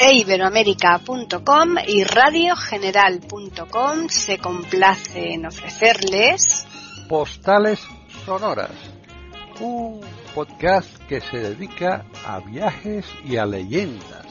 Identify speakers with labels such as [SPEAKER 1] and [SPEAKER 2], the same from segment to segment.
[SPEAKER 1] iberoamerica.com y radiogeneral.com se complace en ofrecerles
[SPEAKER 2] Postales Sonoras, un podcast que se dedica a viajes y a leyendas.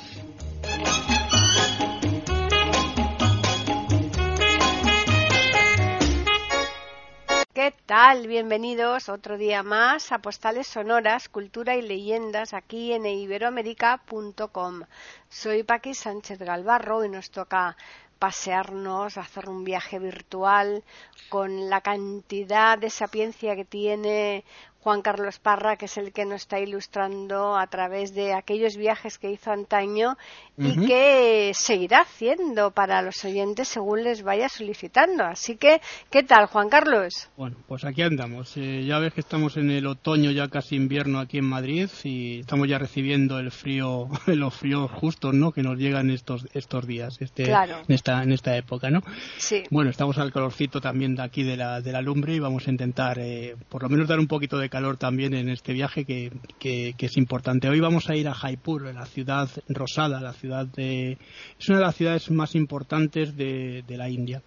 [SPEAKER 1] ¿Qué tal? Bienvenidos otro día más a Postales Sonoras, Cultura y Leyendas aquí en iberoamerica.com. Soy Paqui Sánchez Galvarro y nos toca pasearnos, hacer un viaje virtual con la cantidad de sapiencia que tiene Juan Carlos Parra, que es el que nos está ilustrando a través de aquellos viajes que hizo antaño y que seguirá haciendo para los oyentes según les vaya solicitando. Así que, ¿qué tal, Juan Carlos?
[SPEAKER 3] Bueno, pues aquí andamos. Ya ves que estamos en el otoño, ya casi invierno aquí en Madrid, y estamos ya recibiendo el frío, los fríos justos, ¿no?, que nos llegan estos días,
[SPEAKER 1] claro,
[SPEAKER 3] en esta época, ¿no?
[SPEAKER 1] Sí.
[SPEAKER 3] Bueno, estamos al calorcito también de aquí de la lumbre y vamos a intentar, por lo menos, dar un poquito de calor también en este viaje que es importante. Hoy vamos a ir a Jaipur, la ciudad rosada, es una de las ciudades más importantes de la India.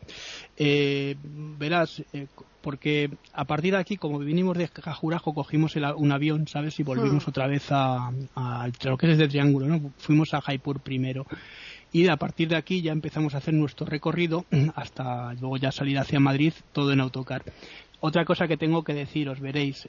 [SPEAKER 3] Verás, porque a partir de aquí, como vinimos de Khajuraho, cogimos un avión, ¿sabes? Y volvimos otra vez a lo que es este triángulo, ¿no? Fuimos a Jaipur primero. Y a partir de aquí ya empezamos a hacer nuestro recorrido hasta luego ya salir hacia Madrid, todo en autocar. Otra cosa que tengo que deciros, veréis,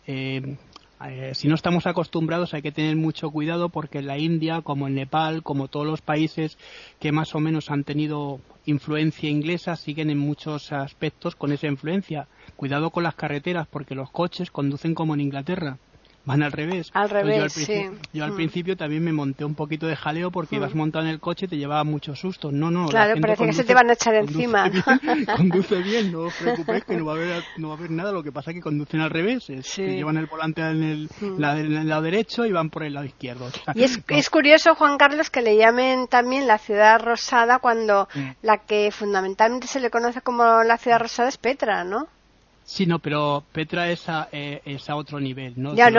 [SPEAKER 3] si no estamos acostumbrados hay que tener mucho cuidado porque en la India, como en Nepal, como todos los países que más o menos han tenido influencia inglesa, siguen en muchos aspectos con esa influencia. Cuidado con las carreteras porque los coches conducen como en Inglaterra. Van al revés.
[SPEAKER 1] Al revés,
[SPEAKER 3] yo al principio también me monté un poquito de jaleo porque ibas montado en el coche y te llevaba muchos sustos. No.
[SPEAKER 1] Claro, parece que se te van a echar encima.
[SPEAKER 3] Conduce bien, no os preocupéis que no va a haber nada. Lo que pasa es que conducen al revés. Que llevan el volante en el lado derecho y van por el lado izquierdo.
[SPEAKER 1] Y es curioso, Juan Carlos, que le llamen también la ciudad rosada cuando la que fundamentalmente se le conoce como la ciudad rosada es Petra, ¿no?
[SPEAKER 3] Sí, no, pero Petra es a otro nivel, ¿no?
[SPEAKER 1] Ya,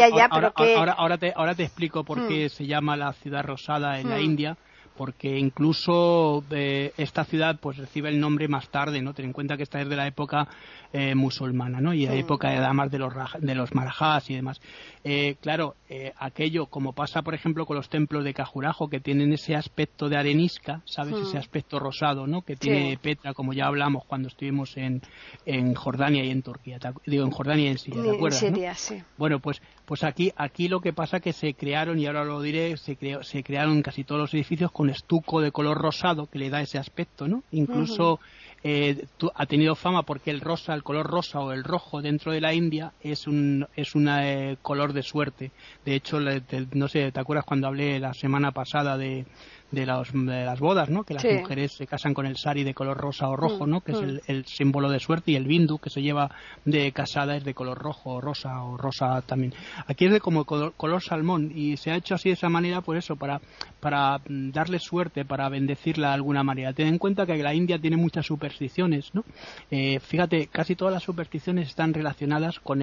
[SPEAKER 3] Ahora te explico por qué se llama la ciudad rosada en la India, porque incluso esta ciudad pues recibe el nombre más tarde, ¿no? Ten en cuenta que esta es de la época musulmana, ¿no? Y la época además de los marajás y demás. Aquello, como pasa por ejemplo con los templos de Khajuraho, que tienen ese aspecto de arenisca, ¿sabes? Ese aspecto rosado, ¿no? Que tiene Petra, como ya hablamos cuando estuvimos en Jordania y en Turquía, en Jordania y en Siria, ¿te acuerdas?
[SPEAKER 1] En Siria,
[SPEAKER 3] ¿no?
[SPEAKER 1] sí.
[SPEAKER 3] Bueno, pues aquí lo que pasa que se crearon, y ahora lo diré, se crearon casi todos los edificios con estuco de color rosado que le da ese aspecto, ¿no? Incluso ha tenido fama porque el color rosa o el rojo dentro de la India es un color de suerte. De hecho, no sé, ¿te acuerdas cuando hablé la semana pasada de las bodas, ¿no? Que las mujeres se casan con el sari de color rosa o rojo, ¿no? Que es el símbolo de suerte, y el bindu que se lleva de casada es de color rojo o rosa también. Aquí es de como color salmón y se ha hecho así de esa manera por eso, para darle suerte, para bendecirla de alguna manera. Ten en cuenta que la India tiene muchas supersticiones, ¿no? Fíjate, casi todas las supersticiones están relacionadas con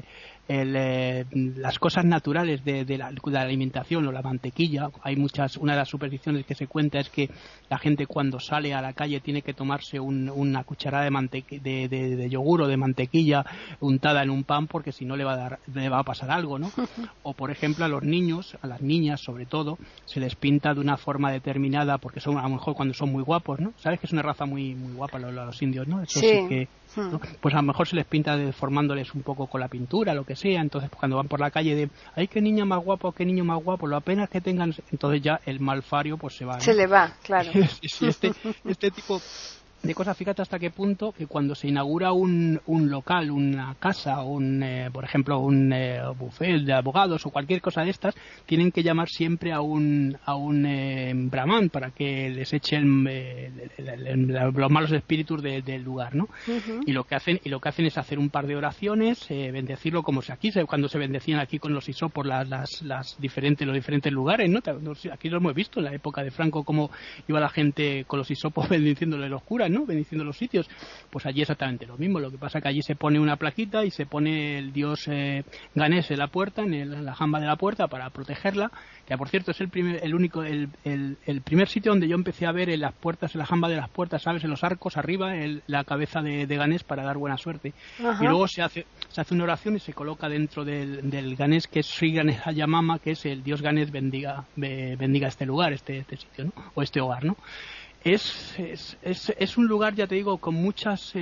[SPEAKER 3] las cosas naturales de la alimentación o la mantequilla. Una de las supersticiones que se cuenta es que la gente cuando sale a la calle tiene que tomarse una cucharada de yogur o de mantequilla untada en un pan porque si no le va a pasar algo, ¿no? O por ejemplo a los niños, a las niñas sobre todo, se les pinta de una forma determinada porque son a lo mejor cuando son muy guapos, ¿no? Sabes que es una raza muy muy guapa los indios, ¿no? Eso sí que, ¿no? Pues a lo mejor se les pinta deformándoles un poco con la pintura, lo que sea. Entonces pues, cuando van por la calle ay, qué niña más guapo, qué niño más guapo, lo apenas que tengan, entonces ya el malfario pues se va, ¿no?
[SPEAKER 1] Se le va, claro.
[SPEAKER 3] Sí, este tipo de cosas, fíjate hasta qué punto que cuando se inaugura un local, una casa, por ejemplo un buffet de abogados o cualquier cosa de estas, tienen que llamar siempre a un brahman para que les echen los malos espíritus del lugar, ¿no? Y lo que hacen es hacer un par de oraciones, bendecirlo como si aquí cuando se bendecían aquí con los hisopos los diferentes lugares, ¿no? Aquí lo hemos visto en la época de Franco, cómo iba la gente con los hisopos bendiciéndole los curas, indican, ¿no? Bendiciendo los sitios. Pues allí exactamente lo mismo. Lo que pasa es que allí se pone una plaquita y se pone el dios Ganesh en la puerta, en la jamba de la puerta, para protegerla. Que por cierto es el primer sitio donde yo empecé a ver en las puertas, en la jamba de las puertas, ¿sabes? En los arcos arriba, la cabeza de Ganesh para dar buena suerte. Ajá. Y luego se hace una oración y se coloca dentro del Ganesh, que es Sri Ganeshayamama, que es el dios Ganesh bendiga este lugar, este sitio, ¿no? O este hogar, ¿no? Es un lugar, ya te digo, con muchas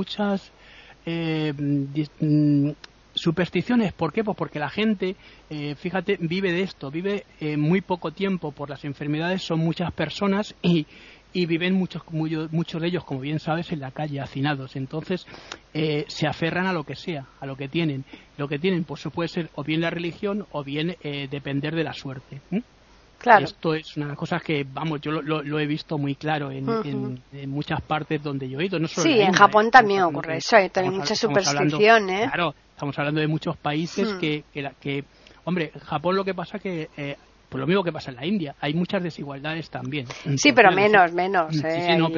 [SPEAKER 3] supersticiones. ¿Por qué? Pues porque la gente, fíjate, vive de esto, vive muy poco tiempo por las enfermedades, son muchas personas y viven muchos de ellos, como bien sabes, en la calle, hacinados. Entonces se aferran a lo que sea, a lo que tienen. Lo que tienen, pues puede ser o bien la religión o bien depender de la suerte.
[SPEAKER 1] Claro.
[SPEAKER 3] Esto es una de las cosas que, vamos, yo lo he visto muy claro en muchas partes donde yo he ido. No solo
[SPEAKER 1] sí, en Japón también ocurre eso, hay también mucha superstición,
[SPEAKER 3] Claro, estamos hablando de muchos países que hombre, Japón lo que pasa que... pues lo mismo que pasa en la India, hay muchas desigualdades también.
[SPEAKER 1] Sí, pero menos.
[SPEAKER 3] Sí, no,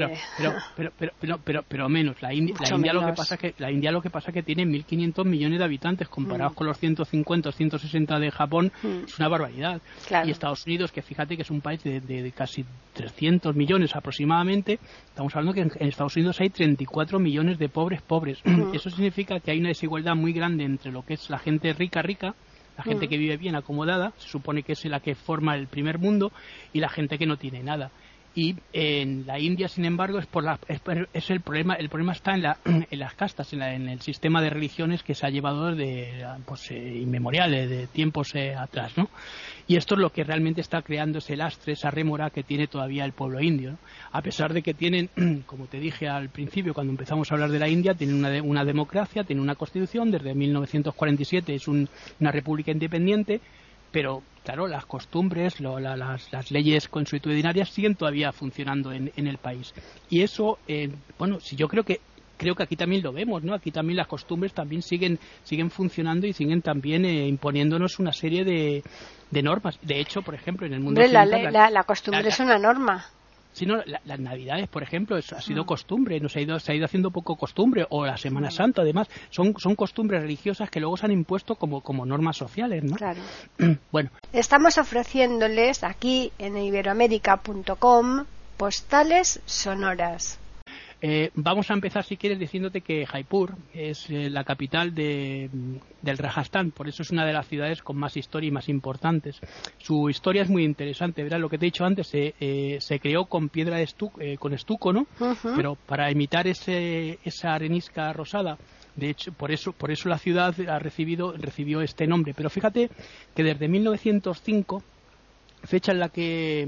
[SPEAKER 3] pero menos. La India
[SPEAKER 1] menos.
[SPEAKER 3] Lo que pasa es que tiene 1.500 millones de habitantes comparados con los 150 o 160 de Japón, es una barbaridad. Claro. Y Estados Unidos, que fíjate que es un país de casi 300 millones aproximadamente, estamos hablando que en Estados Unidos hay 34 millones de pobres. Eso significa que hay una desigualdad muy grande entre lo que es la gente rica, la gente que vive bien acomodada, se supone que es la que forma el primer mundo, y la gente que no tiene nada. Y en la India, sin embargo, es el problema está en las castas, en el sistema de religiones que se ha llevado de inmemoriales, de tiempos atrás, ¿no? Y esto es lo que realmente está creando ese lastre, esa rémora que tiene todavía el pueblo indio, ¿no? A pesar de que tienen, como te dije al principio cuando empezamos a hablar de la India, tienen una democracia, tienen una constitución, desde 1947 es una república independiente, pero claro, las costumbres, las leyes consuetudinarias siguen todavía funcionando en el país. Y eso, si yo creo que aquí también lo vemos, ¿no? Aquí también las costumbres también siguen funcionando y siguen también imponiéndonos una serie de normas. De hecho, por ejemplo, en el mundo occidental,
[SPEAKER 1] la costumbre es una norma.
[SPEAKER 3] Sí, no, las Navidades, por ejemplo, ha sido costumbre, se ha ido haciendo poco costumbre, o la Semana Santa, además, son costumbres religiosas que luego se han impuesto como normas sociales, ¿no?
[SPEAKER 1] Claro.
[SPEAKER 3] Bueno.
[SPEAKER 1] Estamos ofreciéndoles aquí en iberoamerica.com postales sonoras.
[SPEAKER 3] Vamos a empezar, si quieres, diciéndote que Jaipur es la capital del Rajastán, por eso es una de las ciudades con más historia y más importantes. Su historia es muy interesante, ¿verdad? Lo que te he dicho antes, se creó con piedra de con estuco, ¿no? Uh-huh. Pero para imitar esa arenisca rosada. De hecho, por eso la ciudad recibió este nombre. Pero fíjate que desde 1905, fecha en la que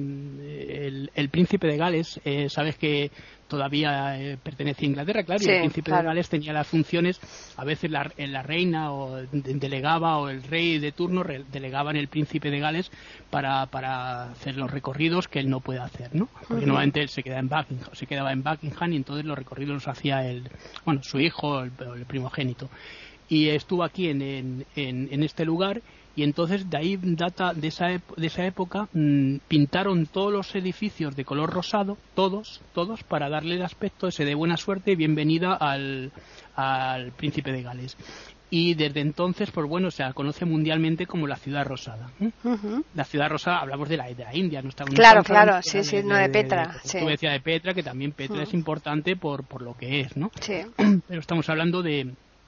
[SPEAKER 3] el príncipe de Gales, sabes que todavía pertenece a Inglaterra, claro, sí, y el príncipe de Gales tenía las funciones, a veces la reina delegaba, o el rey de turno delegaba en el príncipe de Gales para hacer los recorridos que él no puede hacer, ¿no? Porque normalmente él se quedaba en Buckingham y entonces los recorridos los hacía su hijo, el primogénito. Y estuvo aquí en este lugar. Y entonces de ahí data de esa época, pintaron todos los edificios de color rosado, todos para darle el aspecto ese de buena suerte y bienvenida al príncipe de Gales. Y desde entonces, se la conoce mundialmente como la ciudad rosada. Uh-huh. La ciudad rosada, hablamos de la India, no estamos
[SPEAKER 1] Claro, sí, no de Petra.
[SPEAKER 3] Tú decías de Petra, que también Petra es importante por lo que es, ¿no?
[SPEAKER 1] Sí.
[SPEAKER 3] Pero estamos hablando de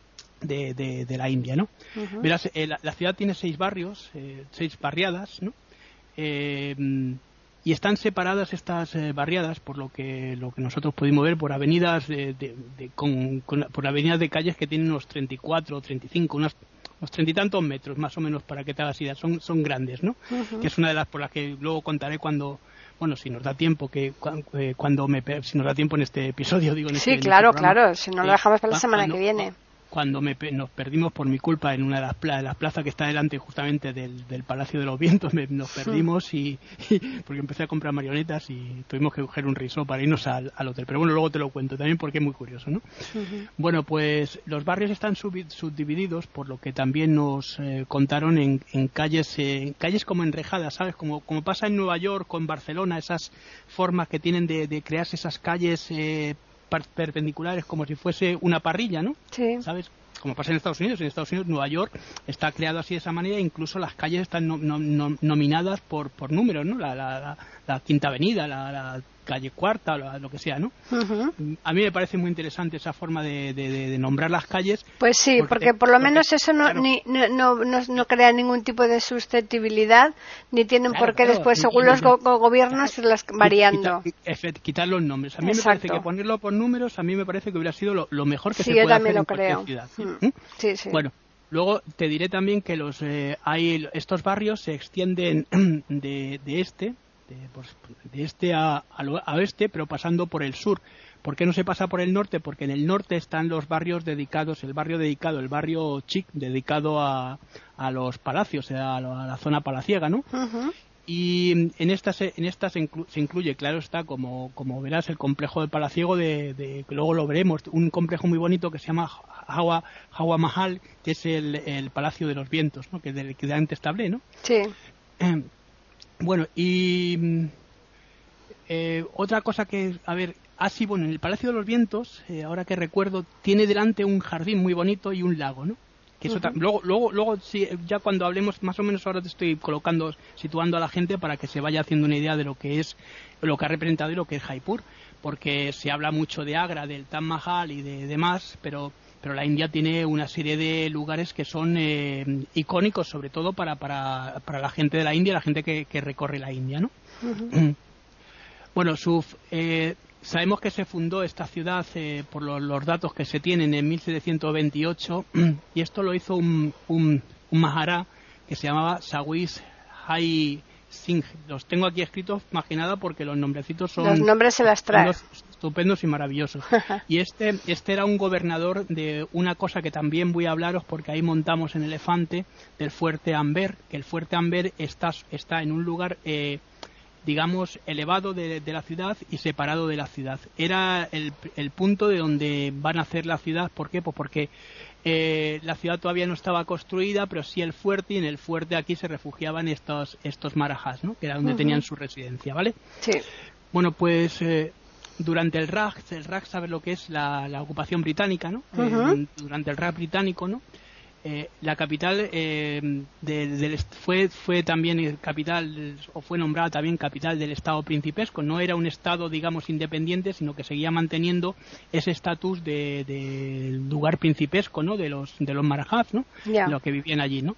[SPEAKER 3] la India, ¿no? Uh-huh. Verás, la ciudad tiene 6 barrios, 6 barriadas, ¿no? Y están separadas estas barriadas, por lo que nosotros pudimos ver, por avenidas por avenidas de calles que tienen unos 34 o 35, unos 30 y tantos metros, más o menos, para que te hagas idea. Son grandes, ¿no? Uh-huh. Que es una de las por las que luego contaré cuando... si nos da tiempo, si nos da tiempo en este episodio, digo.
[SPEAKER 1] Sí, claro, si no lo dejamos para la semana que viene.
[SPEAKER 3] Cuando nos perdimos por mi culpa en una de las plazas que está delante justamente del Palacio de los Vientos, nos perdimos y porque empecé a comprar marionetas y tuvimos que coger un riso para irnos al hotel. Pero luego te lo cuento también porque es muy curioso, ¿no? Uh-huh. Bueno, pues los barrios están subdivididos, por lo que también nos contaron en calles como enrejadas, ¿sabes? Como pasa en Nueva York o en Barcelona, esas formas que tienen de crearse esas calles perpendiculares como si fuese una parrilla, ¿no?
[SPEAKER 1] Sí.
[SPEAKER 3] ¿Sabes? Como pasa en Estados Unidos. En Estados Unidos, Nueva York está creado así de esa manera, incluso las calles están nominadas por números, ¿no? La Quinta Avenida, la calle Cuarta, lo que sea, ¿no? Uh-huh. A mí me parece muy interesante esa forma de nombrar las calles.
[SPEAKER 1] Pues sí, porque por lo menos eso no crea ningún tipo de susceptibilidad, ni tienen por qué después, según los gobiernos, irlas variando.
[SPEAKER 3] Quitar los nombres. A mí me parece que ponerlo por números, a mí me parece que hubiera sido lo mejor que se puede hacer en cualquier ciudad.
[SPEAKER 1] Sí, sí.
[SPEAKER 3] Bueno, luego te diré también que estos barrios se extienden de este a oeste, pero pasando por el sur. ¿Por qué no se pasa por el norte? Porque en el norte están los barrios dedicados, el barrio chic, dedicado a los palacios, a la zona palaciega, ¿no? Uh-huh. Y en esta se incluye, claro está, como verás, el complejo del palaciego, que luego lo veremos, un complejo muy bonito que se llama Hawa Mahal, que es el Palacio de los Vientos, ¿no? que antes te hablé, ¿no?
[SPEAKER 1] Sí.
[SPEAKER 3] Bueno, y otra cosa que, en el Palacio de los Vientos, ahora que recuerdo, tiene delante un jardín muy bonito y un lago, ¿no? Que eso luego sí, ya cuando hablemos, más o menos ahora te estoy situando a la gente para que se vaya haciendo una idea de lo que ha representado y lo que es Jaipur, porque se habla mucho de Agra, del Taj Mahal y de demás, pero la India tiene una serie de lugares que son icónicos, sobre todo para la gente de la India, la gente que recorre la India, ¿no? Uh-huh. Bueno, sabemos que se fundó esta ciudad por los datos que se tienen en 1728 y esto lo hizo un Mahara que se llamaba Sawis Hai Singh. Los tengo aquí escritos más que nada porque los nombrecitos son...
[SPEAKER 1] Los nombres se las trae.
[SPEAKER 3] Estupendos y maravillosos. Y este era un gobernador de una cosa que también voy a hablaros porque ahí montamos en Elefante, del Fuerte Amber, que el Fuerte Amber está en un lugar... digamos, elevado de la ciudad y separado de la ciudad. Era el punto de donde van a hacer la ciudad. ¿Por qué? Pues porque la ciudad todavía no estaba construida, pero sí el fuerte, y en el fuerte aquí se refugiaban estos marajas, ¿no? Que era donde tenían su residencia, ¿vale?
[SPEAKER 1] Sí.
[SPEAKER 3] Bueno, pues durante el Raj, ¿sabes lo que es la ocupación británica, ¿no? Uh-huh. Durante el Raj británico, ¿no? La capital fue también capital, o fue nombrada también capital del estado principesco. No era un estado, digamos, independiente, sino que seguía manteniendo ese estatus de lugar principesco, ¿no? De los marajas, ¿no?
[SPEAKER 1] Yeah.
[SPEAKER 3] Los que vivían allí, ¿no?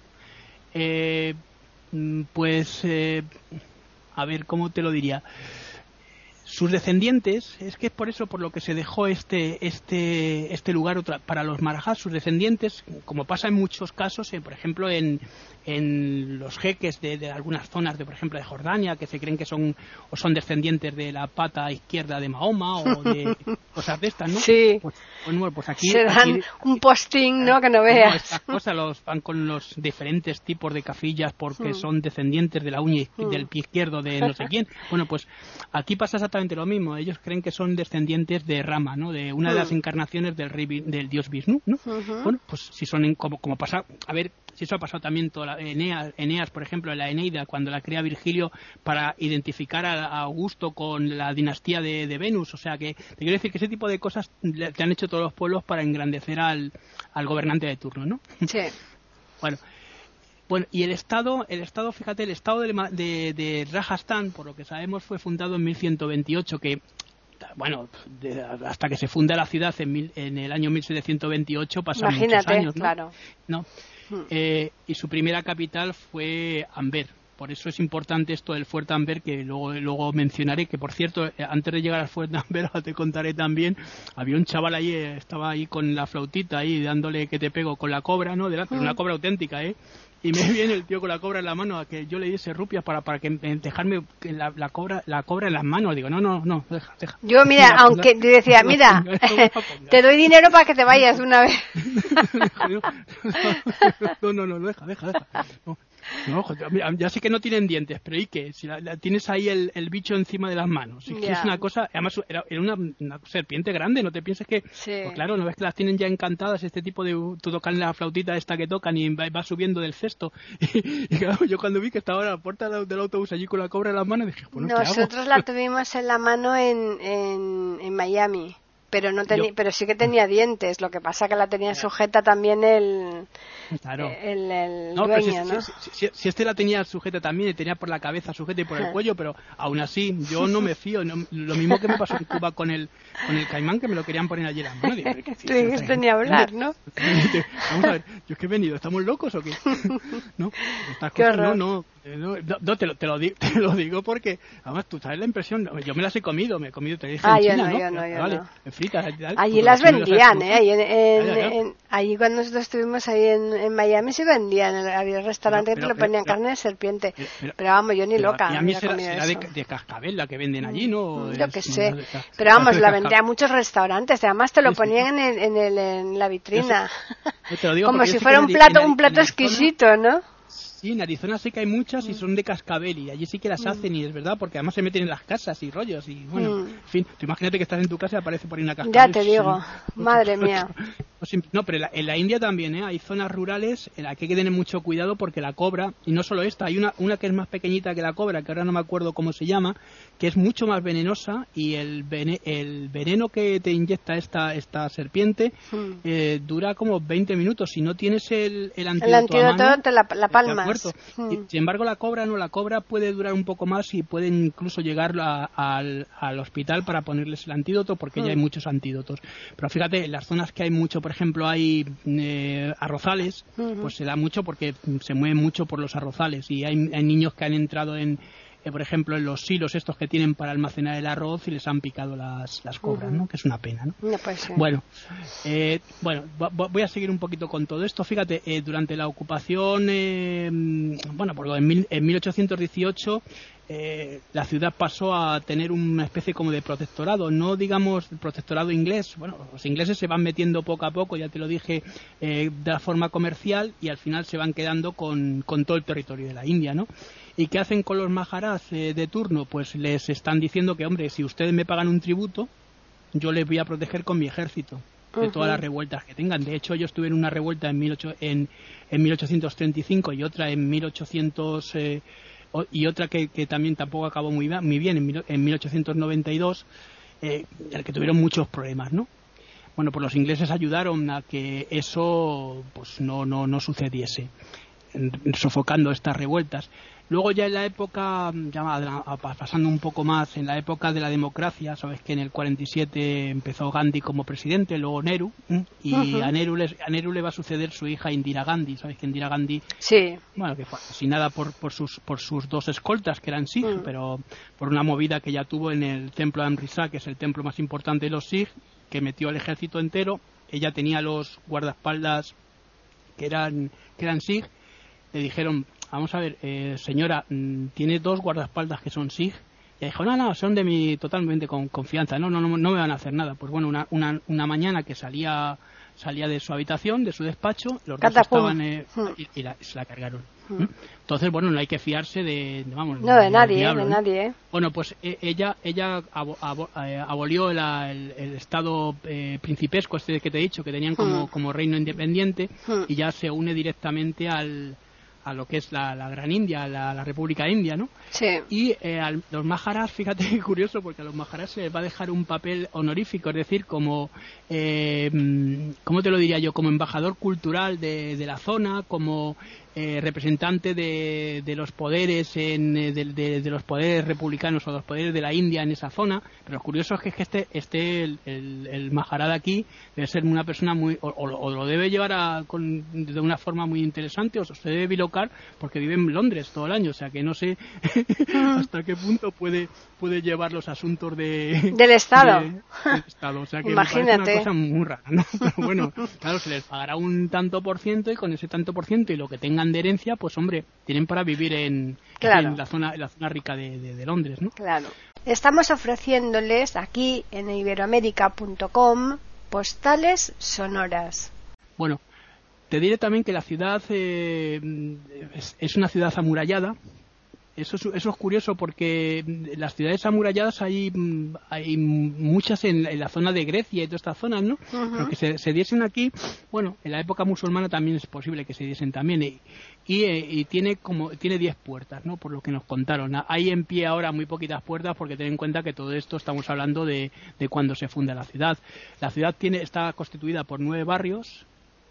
[SPEAKER 3] A ver, ¿cómo te lo diría? Sus descendientes, es que es por eso por lo que se dejó este lugar para los marajas. Sus descendientes, como pasa en muchos casos, por ejemplo en los jeques de algunas zonas, por ejemplo de Jordania, que se creen que son descendientes de la pata izquierda de Mahoma o de cosas de estas, ¿no?
[SPEAKER 1] Sí.
[SPEAKER 3] Pues aquí
[SPEAKER 1] se dan un posting, ¿no? Que no veas.
[SPEAKER 3] Estas cosas van con los diferentes tipos de cafillas porque son descendientes de la uña del pie izquierdo de no sé quién. Bueno, pues aquí pasa exactamente lo mismo. Ellos creen que son descendientes de Rama, ¿no? De una de las encarnaciones del dios Vishnu, ¿no? Uh-huh. Bueno, pues si son como pasa, a ver, si eso ha pasado también toda Eneas, por ejemplo, en la Eneida, cuando la crea Virgilio para identificar a Augusto con la dinastía de Venus. O sea que te quiero decir que ese tipo de cosas te han hecho todos los pueblos para engrandecer al gobernante de turno, ¿no?
[SPEAKER 1] Sí.
[SPEAKER 3] Bueno, y el estado, fíjate, el estado de Rajasthan, por lo que sabemos, fue fundado en 1128, que, bueno, hasta que se funda la ciudad en el año 1728 pasaron muchos años, ¿no?
[SPEAKER 1] Claro.
[SPEAKER 3] ¿No? Y su primera capital fue Amber. Por eso es importante esto del Fuerte Amber, que luego mencionaré, que por cierto, antes de llegar al Fuerte Amber, te contaré también, había un chaval ahí, estaba ahí con la flautita ahí, dándole que te pego con la cobra, ¿no? Pero una cobra auténtica, y me viene el tío con la cobra en la mano a que yo le diese rupias para que dejarme la cobra en las manos. Digo, no, deja.
[SPEAKER 1] Yo, mira, aunque te decía, mira, te doy dinero para que te vayas de una vez.
[SPEAKER 3] No, deja. No, ya sé que no tienen dientes, pero ¿y qué? Si tienes ahí el bicho encima de las manos. Que es una cosa, además era una serpiente grande, no te pienses que... Sí. Pues claro, no ves que las tienen ya encantadas, este tipo de... Tú tocan la flautita esta que tocan y va subiendo del cesto. Y claro, yo cuando vi que estaba a la puerta del autobús allí con la cobra en las manos, dije, bueno, ¿qué hago?
[SPEAKER 1] Nosotros la tuvimos en la mano en Miami. pero no tenía, pero sí que tenía dientes. Lo que pasa que la tenía sujeta también el dueño, ¿no?
[SPEAKER 3] Si este la tenía sujeta también, y tenía por la cabeza sujeta y por el cuello, pero aún así yo no me fío. Lo mismo que me pasó en Cuba con el caimán, que me lo querían poner allí en la mano. Digo,
[SPEAKER 1] esto ni hablar, ¿no?
[SPEAKER 3] Vamos a ver, yo es que he venido, ¿estamos locos o qué? ¿No? Estas cosas no, te lo digo porque, además, tú sabes la impresión, yo me las he comido, te dije en China,
[SPEAKER 1] yo
[SPEAKER 3] vale,
[SPEAKER 1] no.
[SPEAKER 3] fritas y tal.
[SPEAKER 1] Allí las vendían, allí cuando nosotros estuvimos ahí en Miami se vendían, había restaurantes que te lo ponían carne de serpiente, pero vamos, yo ni loca.
[SPEAKER 3] Y a mí será de cascabel la que venden allí, ¿no?
[SPEAKER 1] Yo qué sé, pero vamos, la vendían muchos restaurantes, además te lo ponían en la vitrina, como si fuera un plato exquisito, ¿no?
[SPEAKER 3] Sí, en Arizona sí que hay muchas y son de cascabel y allí sí que las hacen y es verdad, porque además se meten en las casas y rollos y bueno, en fin, tú imagínate que estás en tu casa y aparece por ahí una cascabel.
[SPEAKER 1] Ya te digo, madre mía.
[SPEAKER 3] No, pero en la India también, hay zonas rurales en las que hay que tener mucho cuidado porque la cobra, y no solo esta, hay una que es más pequeñita que la cobra, que ahora no me acuerdo cómo se llama, que es mucho más venenosa y el veneno que te inyecta esta serpiente dura como 20 minutos. Si no tienes el antídoto a mano,
[SPEAKER 1] te la palmas.
[SPEAKER 3] Sin embargo, la cobra puede durar un poco más y pueden incluso llegar al hospital para ponerles el antídoto porque ya hay muchos antídotos. Pero fíjate, en las zonas que hay mucho, por ejemplo, hay arrozales, pues se da mucho porque se mueven mucho por los arrozales y hay niños que han entrado por ejemplo, en los silos estos que tienen para almacenar el arroz y les han picado las cobras, ¿no? Que es una pena, ¿no?
[SPEAKER 1] No puede ser.
[SPEAKER 3] Bueno, voy a seguir un poquito con todo esto. Fíjate, durante la ocupación, en 1818 la ciudad pasó a tener una especie como de protectorado, no digamos protectorado inglés. Bueno, los ingleses se van metiendo poco a poco, ya te lo dije, de la forma comercial y al final se van quedando con todo el territorio de la India, ¿no? ¿Y qué hacen con los maharás de turno? Pues les están diciendo que, hombre, si ustedes me pagan un tributo, yo les voy a proteger con mi ejército de todas las revueltas que tengan. De hecho, yo estuve en una revuelta en 1835 y otra en 1800 y otra que también tampoco acabó muy bien en 1892, en el que tuvieron muchos problemas, ¿no? Bueno, pues los ingleses ayudaron a que eso pues no sucediese, sofocando estas revueltas. Luego ya en la época, pasando un poco más, en la época de la democracia, sabes que en el 47 empezó Gandhi como presidente, luego Nehru, y a Nehru le va a suceder su hija Indira Gandhi. Sabes que Indira Gandhi, bueno, que fue asesinada por sus dos escoltas, que eran Sikh, pero por una movida que ella tuvo en el templo de Amritsar, que es el templo más importante de los Sikh, que metió al ejército entero. Ella tenía los guardaespaldas que eran Sikh. Le dijeron, vamos a ver, señora, tiene dos guardaespaldas que son Sikh. Y dijo, no, son de mi totalmente con confianza, no me van a hacer nada. Pues bueno, una mañana que salía de su habitación, de su despacho, los dos estaban y se la cargaron. Entonces, bueno, no hay que fiarse de
[SPEAKER 1] nadie,
[SPEAKER 3] diablo,
[SPEAKER 1] de nadie.
[SPEAKER 3] Bueno, pues ella abolió el estado principesco este que te he dicho, que tenían como reino independiente, y ya se une directamente a lo que es la Gran India, la República India, ¿no?
[SPEAKER 1] Sí.
[SPEAKER 3] Y los maharás, fíjate qué curioso, porque a los maharás se les va a dejar un papel honorífico, es decir, como, ¿cómo te lo diría yo? Como embajador cultural de la zona, como representante de los poderes de los poderes republicanos o los poderes de la India en esa zona. Pero lo curioso es que el mahará de aquí debe ser una persona muy o lo debe llevar de una forma muy interesante, o se debe bilocar porque vive en Londres todo el año, o sea que no sé hasta qué punto puede llevar los asuntos
[SPEAKER 1] del Estado.
[SPEAKER 3] Del Estado. O sea que
[SPEAKER 1] imagínate.
[SPEAKER 3] Me parece una cosa muy rara, ¿no? Pero bueno, claro, se les pagará un tanto por ciento y con ese tanto por ciento y lo que tengan de herencia, pues hombre, tienen para vivir en la zona rica de Londres, ¿no?
[SPEAKER 1] Claro. Estamos ofreciéndoles aquí en iberoamerica.com postales sonoras.
[SPEAKER 3] Bueno, te diré también que la ciudad es una ciudad amurallada. Eso es curioso porque las ciudades amuralladas hay muchas en la zona de Grecia y todas estas zonas, ¿no? Pero que se diesen aquí, bueno, en la época musulmana también es posible que se diesen también. Y tiene 10 puertas, ¿no? Por lo que nos contaron. Hay en pie ahora muy poquitas puertas porque ten en cuenta que todo esto estamos hablando de cuando se funda la ciudad. La ciudad está constituida por 9 barrios.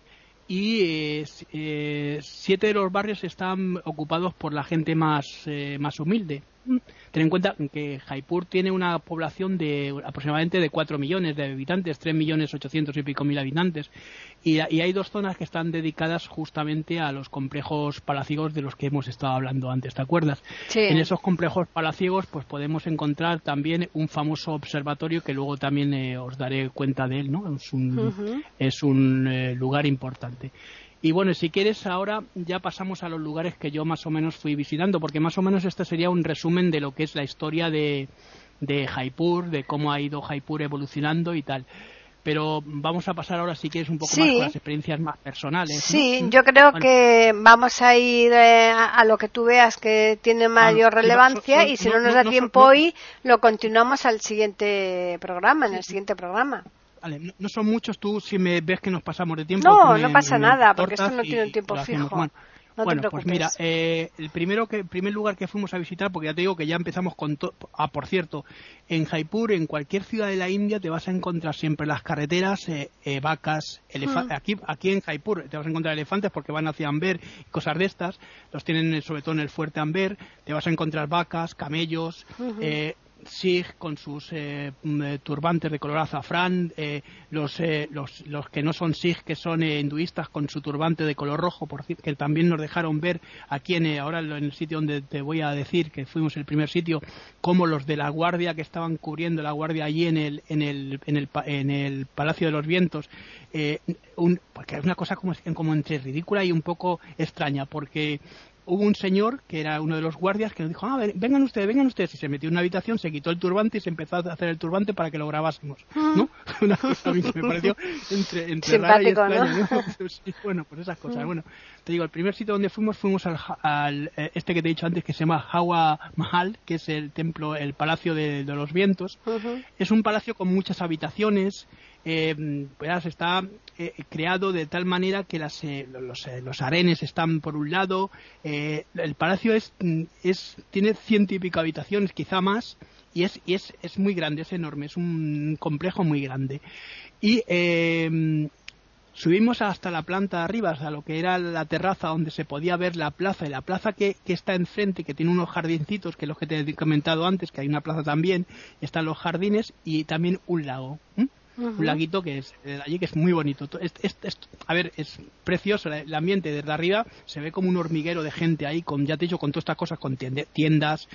[SPEAKER 3] Y 7 de los barrios están ocupados por la gente más humilde. Ten en cuenta que Jaipur tiene una población de aproximadamente de 4 millones de habitantes, 3.800.000 y pico habitantes. Y hay 2 zonas que están dedicadas justamente a los complejos palaciegos de los que hemos estado hablando antes, ¿te acuerdas? Sí. En esos complejos palaciegos pues podemos encontrar también un famoso observatorio que luego también os daré cuenta de él, ¿no? Es un lugar importante. Y bueno, si quieres ahora ya pasamos a los lugares que yo más o menos fui visitando, porque más o menos este sería un resumen de lo que es la historia de Jaipur, de cómo ha ido Jaipur evolucionando y tal. Pero vamos a pasar ahora, si quieres, un poco más con las experiencias más personales.
[SPEAKER 1] Sí, ¿no? Yo creo que vamos a ir a lo que tú veas que tiene mayor relevancia y si no nos da tiempo hoy, lo continuamos al siguiente programa, en el siguiente programa.
[SPEAKER 3] Vale, no son muchos, tú si me ves que nos pasamos de tiempo...
[SPEAKER 1] No pasa nada, porque esto no tiene un tiempo fijo.
[SPEAKER 3] Bueno, pues mira, el primer lugar que fuimos a visitar, porque ya te digo que ya empezamos con por cierto, en Jaipur, en cualquier ciudad de la India, te vas a encontrar siempre las carreteras, vacas, elefantes. Aquí en Jaipur te vas a encontrar elefantes porque van hacia Amber y cosas de estas. Los tienen sobre todo en el fuerte Amber. Te vas a encontrar vacas, camellos, Sikh con sus turbantes de color azafrán, los que no son Sikh, que son hinduistas, con su turbante de color rojo, por cierto, que también nos dejaron ver aquí ahora en el sitio donde te voy a decir que fuimos el primer sitio, como los de la guardia que estaban cubriendo la guardia allí en el Palacio de los Vientos, porque es una cosa como entre ridícula y un poco extraña, porque hubo un señor que era uno de los guardias que nos dijo, vengan ustedes, y se metió en una habitación, se quitó el turbante y se empezó a hacer el turbante para que lo grabásemos, ¿no? Una cosa a mí que me pareció entre rara y extraña, ¿no? Sí, bueno, pues esas cosas. Bueno, te digo, el primer sitio donde fuimos al este que te he dicho antes, que se llama Hawa Mahal, que es el templo, el Palacio de los Vientos. Es un palacio con muchas habitaciones. Pues está creado de tal manera que los arenes están por un lado. El palacio tiene 100 y pico habitaciones, quizá más, y es muy grande, es enorme, es un complejo muy grande. Y subimos hasta la planta de arriba, hasta lo que era la terraza donde se podía ver la plaza, y la plaza que está enfrente, que tiene unos jardincitos, que es los que te he comentado antes, que hay una plaza también, están los jardines y también un lago. Un laguito que es de allí, que es muy bonito. A ver, es precioso el ambiente. Desde arriba se ve como un hormiguero de gente ahí, ya te he dicho, con todas estas cosas, con tiendas,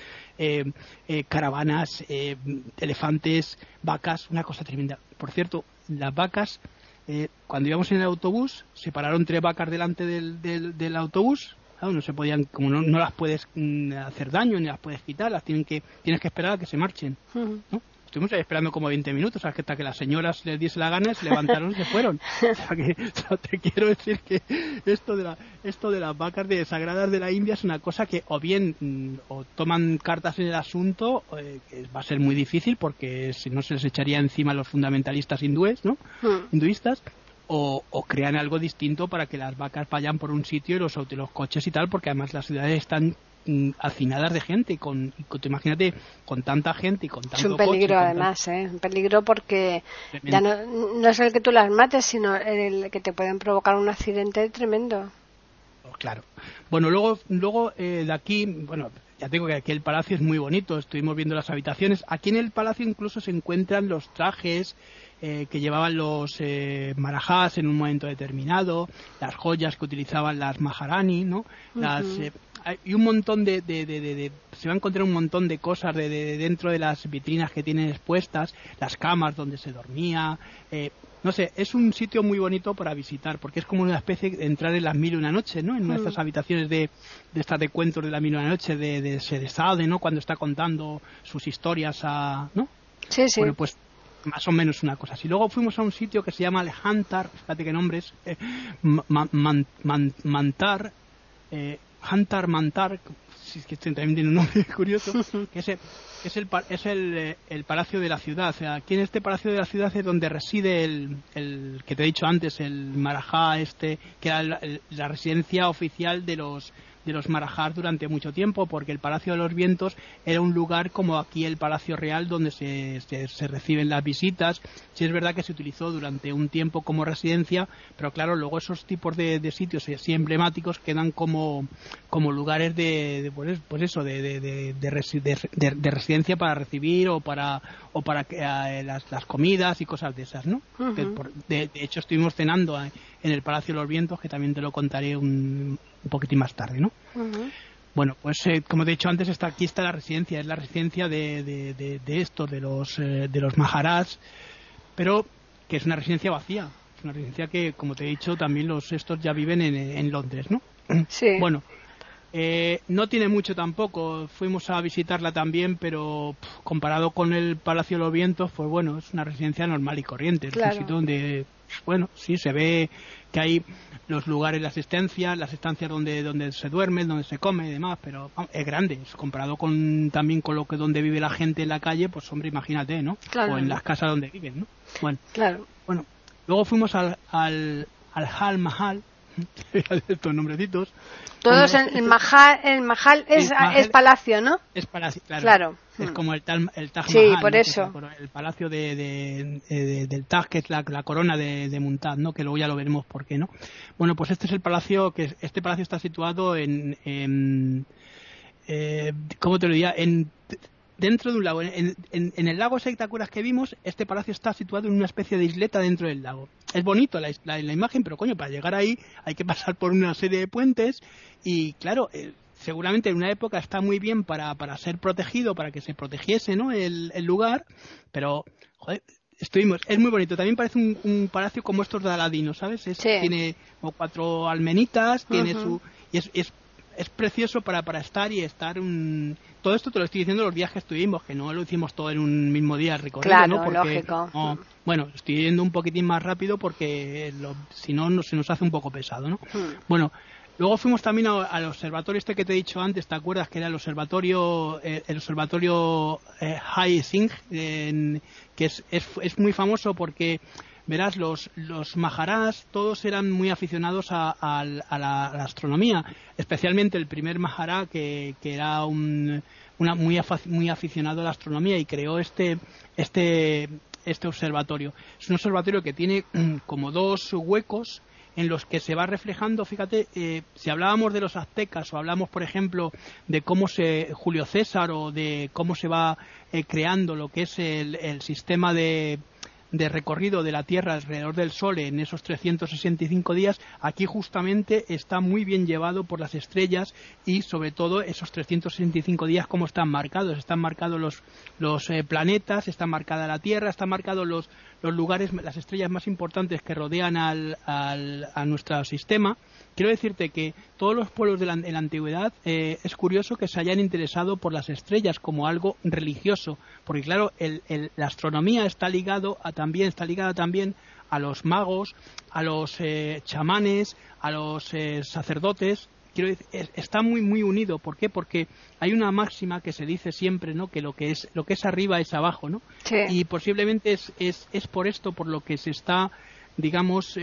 [SPEAKER 3] caravanas, elefantes, vacas, una cosa tremenda. Por cierto, las vacas, cuando íbamos en el autobús, se pararon 3 vacas delante del autobús. Claro, no se podían, como no las puedes hacer daño ni las puedes quitar, tienes que esperar a que se marchen, ¿no? Estuvimos ahí esperando como 20 minutos hasta que las señoras les diese la gana, se levantaron y se fueron. O sea que te quiero decir que esto de las vacas sagradas de la India es una cosa que o bien o toman cartas en el asunto, que va a ser muy difícil porque si no se les echaría encima a los fundamentalistas hindúes, ¿no? Hinduistas. O crean algo distinto para que las vacas vayan por un sitio y los coches y tal, porque además las ciudades están hacinadas de gente, imagínate, con tanta gente y con tanto coche. Es un
[SPEAKER 1] peligro además, un peligro porque ya no es el que tú las mates, sino el que te pueden provocar un accidente tremendo.
[SPEAKER 3] Claro. Bueno, luego de aquí, bueno, ya tengo que aquí el palacio es muy bonito, estuvimos viendo las habitaciones. Aquí en el palacio incluso se encuentran los trajes que llevaban los marajás en un momento determinado, las joyas que utilizaban las maharani, ¿no? Y un montón se va a encontrar un montón de cosas dentro de las vitrinas que tienen expuestas, las camas donde se dormía, no sé, es un sitio muy bonito para visitar, porque es como una especie de entrar en las 1001 noches, ¿no? En una de estas habitaciones de estas de cuentos de la 1001 noches de Sherazade, ¿no? Cuando está contando sus historias ¿no?
[SPEAKER 1] Sí, sí.
[SPEAKER 3] Bueno, pues más o menos una cosa así. Luego fuimos a un sitio que se llama Hantar, fíjate qué nombres, Hantar Mantar, sí, es que también tiene un nombre curioso, que es el Palacio de la Ciudad. O sea, aquí en este Palacio de la Ciudad es donde reside el que te he dicho antes, el Marajá que era la residencia oficial de los marajás durante mucho tiempo, porque el Palacio de los Vientos era un lugar como aquí el Palacio Real, donde se reciben las visitas. Sí es verdad que se utilizó durante un tiempo como residencia, pero claro, luego esos tipos de sitios así emblemáticos quedan como lugares de residencia para recibir o para las comidas y cosas de esas, ¿no? Uh-huh. De hecho, estuvimos cenando en el Palacio de los Vientos, que también te lo contaré un poquitín más tarde, ¿no? Uh-huh. Bueno, pues como te he dicho antes, aquí está la residencia, es la residencia de los maharás, pero que es una residencia vacía, es una residencia que, como te he dicho, también estos ya viven en Londres, ¿no?
[SPEAKER 1] Sí.
[SPEAKER 3] Bueno, no tiene mucho tampoco, fuimos a visitarla también, pero comparado con el Palacio de los Vientos, pues bueno, es una residencia normal y corriente, claro. Es un sitio donde, bueno, sí se ve que hay los lugares, las estancias donde se duerme, donde se come y demás, pero es grande, comparado también con donde vive la gente en la calle, pues hombre, imagínate, ¿no?
[SPEAKER 1] Claro.
[SPEAKER 3] O en las casas donde viven, ¿no? Bueno,
[SPEAKER 1] claro.
[SPEAKER 3] Bueno, luego fuimos al Hal Mahal, estos nombrecitos.
[SPEAKER 1] Todos el Mahal es palacio, ¿no?
[SPEAKER 3] Es palacio, claro.
[SPEAKER 1] Claro.
[SPEAKER 3] Es como el Taj Mahal.
[SPEAKER 1] Sí, por eso.
[SPEAKER 3] El palacio del Taj, que es la corona de Mumtaz, ¿no? Que luego ya lo veremos por qué, ¿no? Bueno, pues este es el palacio, este palacio está situado ¿cómo te lo diría? Dentro de un lago. En el lago ese, ¿te acuerdas que vimos? Este palacio está situado en una especie de isleta dentro del lago. Es bonito la imagen, pero coño, para llegar ahí hay que pasar por una serie de puentes y claro, seguramente en una época está muy bien para ser protegido, para que se protegiese, ¿no? el lugar, pero joder, es muy bonito. También parece un palacio como estos de Aladino, ¿sabes?
[SPEAKER 1] Sí.
[SPEAKER 3] Tiene como 4 almenitas, tiene y es precioso para estar y estar todo esto te lo estoy diciendo los días que estuvimos, que no lo hicimos todo en un mismo día recorrido,
[SPEAKER 1] claro,
[SPEAKER 3] ¿no? Porque,
[SPEAKER 1] lógico.
[SPEAKER 3] No, bueno, estoy yendo un poquitín más rápido porque si no se nos hace un poco pesado, ¿no? Bueno, luego fuimos también al observatorio este que te he dicho antes, ¿te acuerdas? Que era el observatorio Hai Singh, que es muy famoso porque verás, los maharás todos eran muy aficionados a la astronomía, especialmente el primer mahará que era muy aficionado a la astronomía y creó este observatorio. Es un observatorio que tiene como 2 huecos en los que se va reflejando, fíjate, si hablábamos de los aztecas o hablamos, por ejemplo, de cómo Julio César o de cómo se va creando lo que es el sistema de recorrido de la Tierra alrededor del Sol en esos 365 días, aquí justamente está muy bien llevado por las estrellas y sobre todo esos 365 días cómo están marcados los planetas, está marcada la Tierra, están marcados los lugares, las estrellas más importantes que rodean a nuestro sistema. Quiero decirte que todos los pueblos en la antigüedad es curioso que se hayan interesado por las estrellas como algo religioso, porque claro, la astronomía está ligada también a los magos, a los chamanes, a los sacerdotes. Quiero decir, está muy muy unido. ¿Por qué? Porque hay una máxima que se dice siempre, ¿no? Que lo que es arriba es abajo, ¿no?
[SPEAKER 1] Sí.
[SPEAKER 3] Y posiblemente es por esto por lo que se está, digamos,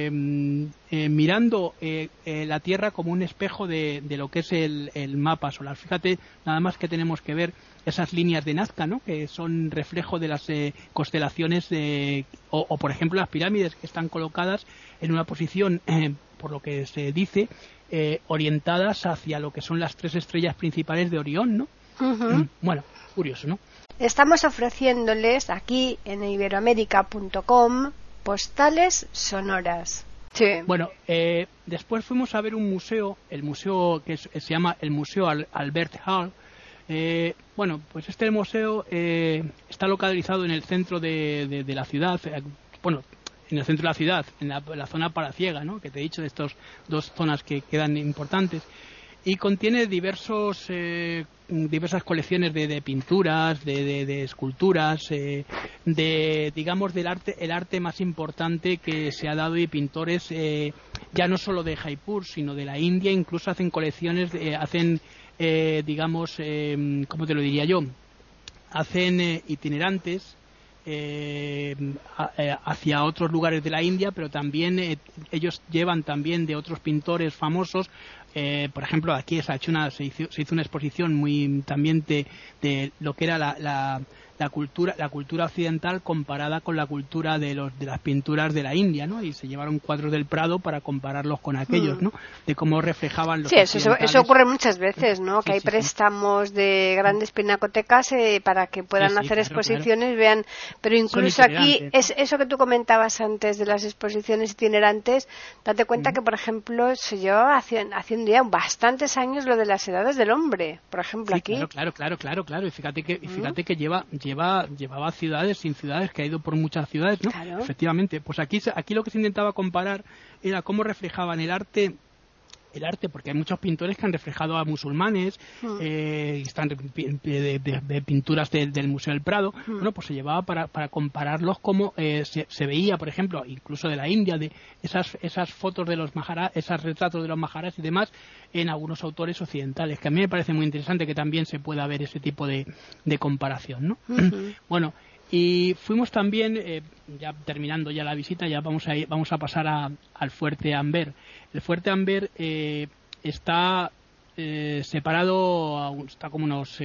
[SPEAKER 3] mirando la Tierra como un espejo de lo que es el mapa solar. Fíjate, nada más que tenemos que ver esas líneas de Nazca, ¿no? Que son reflejo de las constelaciones o por ejemplo las pirámides que están colocadas en una posición, por lo que se dice, orientadas hacia lo que son las 3 estrellas principales de Orión, ¿no?
[SPEAKER 1] Uh-huh.
[SPEAKER 3] Bueno, curioso, ¿no?
[SPEAKER 1] Estamos ofreciéndoles aquí en iberoamerica.com postales sonoras. Sí.
[SPEAKER 3] Bueno, después fuimos a ver un museo, el museo que se llama el Museo Albert Hall. Bueno, pues este museo está localizado en el centro de la ciudad, bueno, en el centro de la ciudad, en la zona palaciega, ¿no? Que te he dicho, de estas 2 zonas que quedan importantes, y contiene diversas colecciones de pinturas, de esculturas, digamos el arte más importante que se ha dado, y pintores ya no solo de Jaipur, sino de la India. Incluso hacen colecciones, digamos, ¿cómo te lo diría yo? Hacen itinerantes hacia otros lugares de la India, pero también ellos llevan también de otros pintores famosos. Por ejemplo, aquí se hizo una exposición muy también de lo que era la cultura occidental comparada con la cultura de las pinturas de la India, ¿no? Y se llevaron cuadros del Prado para compararlos con aquellos, ¿no? De cómo reflejaban los
[SPEAKER 1] eso ocurre muchas veces, ¿no? Que hay préstamos de grandes pinacotecas para que puedan hacer exposiciones, vean. Pero incluso aquí, eso que tú comentabas antes de las exposiciones itinerantes, date cuenta que, por ejemplo, se llevaba haciendo ya bastantes años lo de las edades del hombre, por ejemplo, aquí.
[SPEAKER 3] Claro. Y fíjate que llevaba ciudades sin ciudades, que ha ido por muchas ciudades, ¿no? Claro. Efectivamente. Pues aquí lo que se intentaba comparar era cómo reflejaban el arte, porque hay muchos pintores que han reflejado a musulmanes, están de pinturas del Museo del Prado. Bueno, pues se llevaba para compararlos como se veía, por ejemplo, incluso de la India, de esas fotos de los maharás, esos retratos de los maharás y demás, en algunos autores occidentales, que a mí me parece muy interesante que también se pueda ver ese tipo de comparación, ¿no? Bueno, y fuimos también, ya terminando ya la visita, ya vamos a pasar al Fuerte Amber. El Fuerte Amber está separado, está como unos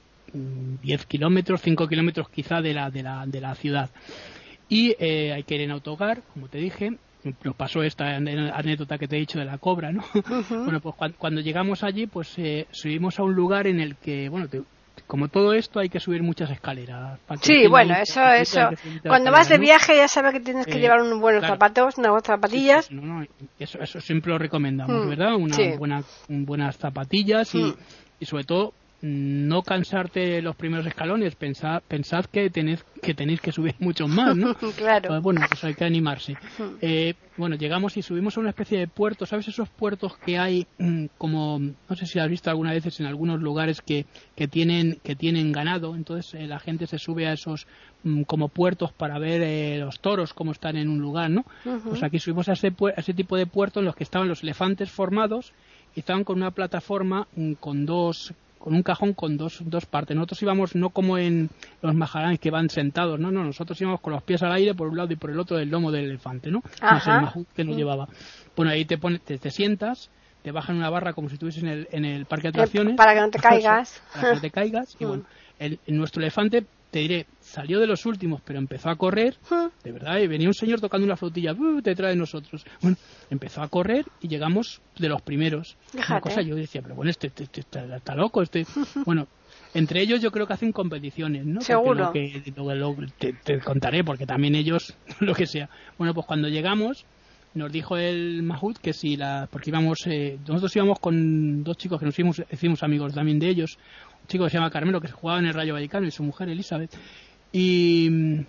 [SPEAKER 3] 10 kilómetros, 5 kilómetros quizá de la ciudad. Y hay que ir en autocar, como te dije. Nos pasó esta anécdota que te he dicho de la cobra, ¿no? Bueno, pues cuando llegamos allí, pues subimos a un lugar en el que, bueno, como todo esto hay que subir muchas escaleras.
[SPEAKER 1] Sí, bueno, eso. Cuando vas de viaje ya sabes que tienes que llevar unos buenos zapatos, unas buenas zapatillas.
[SPEAKER 3] Sí, no, eso siempre lo recomendamos, ¿verdad? Buenas zapatillas y sobre todo no cansarte los primeros escalones. Pensad que tenéis que subir muchos más, ¿no?
[SPEAKER 1] Claro.
[SPEAKER 3] Pues bueno, pues hay que animarse. Bueno, llegamos y subimos a una especie de puerto. ¿Sabes esos puertos que hay como, no sé si has visto alguna vez en algunos lugares que tienen ganado? Entonces la gente se sube a esos como puertos para ver los toros cómo están en un lugar, ¿no? Pues aquí subimos a ese tipo de puertos en los que estaban los elefantes formados y estaban con una plataforma con un cajón con dos partes. Nosotros íbamos no como en los maharajas que van sentados, no, nosotros íbamos con los pies al aire por un lado y por el otro del lomo del elefante, ¿no? Más el mahut que nos llevaba. Bueno, ahí te sientas, te bajan una barra como si estuvieses en el parque de atracciones.
[SPEAKER 1] Para que no te caigas.
[SPEAKER 3] Para que no te caigas. Y bueno, nuestro elefante, te diré, salió de los últimos, pero empezó a correr, de verdad, y venía un señor tocando una flautilla detrás de nosotros. Bueno, empezó a correr y llegamos de los primeros.
[SPEAKER 1] Fíjate.
[SPEAKER 3] Una cosa, yo decía, pero bueno, este está loco, Bueno, entre ellos yo creo que hacen competiciones, ¿no?
[SPEAKER 1] Seguro.
[SPEAKER 3] Te contaré, porque también ellos, lo que sea. Bueno, pues cuando llegamos, nos dijo el Mahut que si porque nosotros íbamos con dos chicos que nos hicimos amigos también de ellos, un chico que se llama Carmelo, que se jugaba en el Rayo Vallecano, y su mujer Elizabeth, y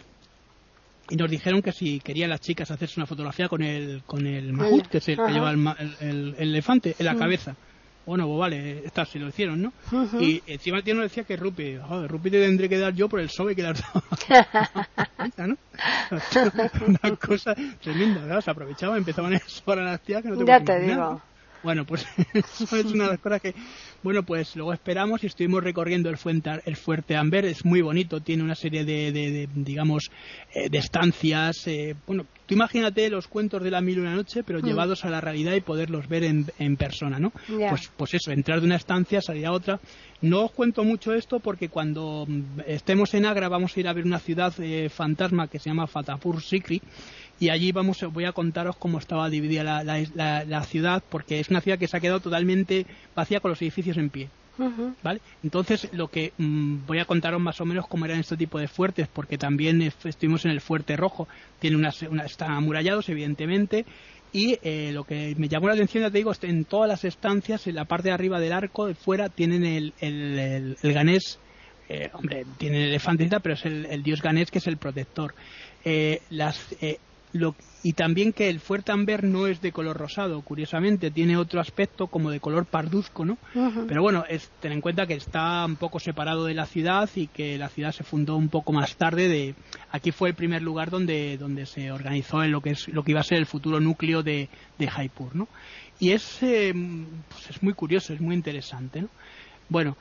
[SPEAKER 3] nos dijeron que si querían las chicas hacerse una fotografía con el Mahut, que es el que lleva el elefante en la cabeza. Bueno, pues vale, se lo hicieron, ¿no? Y encima el tío nos decía que Rupi te tendré que dar yo por el sobe que le has dado. ¿No? Una cosa tremenda, ¿verdad? Se aprovechaban, empezaban a sobrar a las tías que no te
[SPEAKER 1] ya te digo.
[SPEAKER 3] Bueno, pues eso es una de las cosas que... Bueno, pues luego esperamos y estuvimos recorriendo el Fuerte Amber. Es muy bonito, tiene una serie de digamos, de estancias. Bueno, tú imagínate los cuentos de la Mil y una noche, pero llevados a la realidad y poderlos ver en persona, ¿no?
[SPEAKER 1] Yeah.
[SPEAKER 3] Pues eso, entrar de una estancia, salir a otra. No os cuento mucho esto porque cuando estemos en Agra vamos a ir a ver una ciudad fantasma que se llama Fatehpur Sikri. Y allí voy a contaros cómo estaba dividida la ciudad, porque es una ciudad que se ha quedado totalmente vacía con los edificios en pie. ¿Vale? Entonces, lo que voy a contaros más o menos cómo eran este tipo de fuertes, porque también estuvimos en el Fuerte Rojo. Están amurallados, evidentemente, y lo que me llamó la atención, ya te digo, en todas las estancias, en la parte de arriba del arco, de fuera, tienen el ganés. Hombre, tienen el elefante, pero es el dios ganés, que es el protector. Y también que el Fuerte Amber no es de color rosado, curiosamente, tiene otro aspecto como de color parduzco, ¿no? Uh-huh. Pero bueno, ten en cuenta que está un poco separado de la ciudad y que la ciudad se fundó un poco más tarde. Aquí fue el primer lugar donde se organizó lo que iba a ser el futuro núcleo de Jaipur, ¿no? Y es muy curioso, es muy interesante, ¿no? Bueno,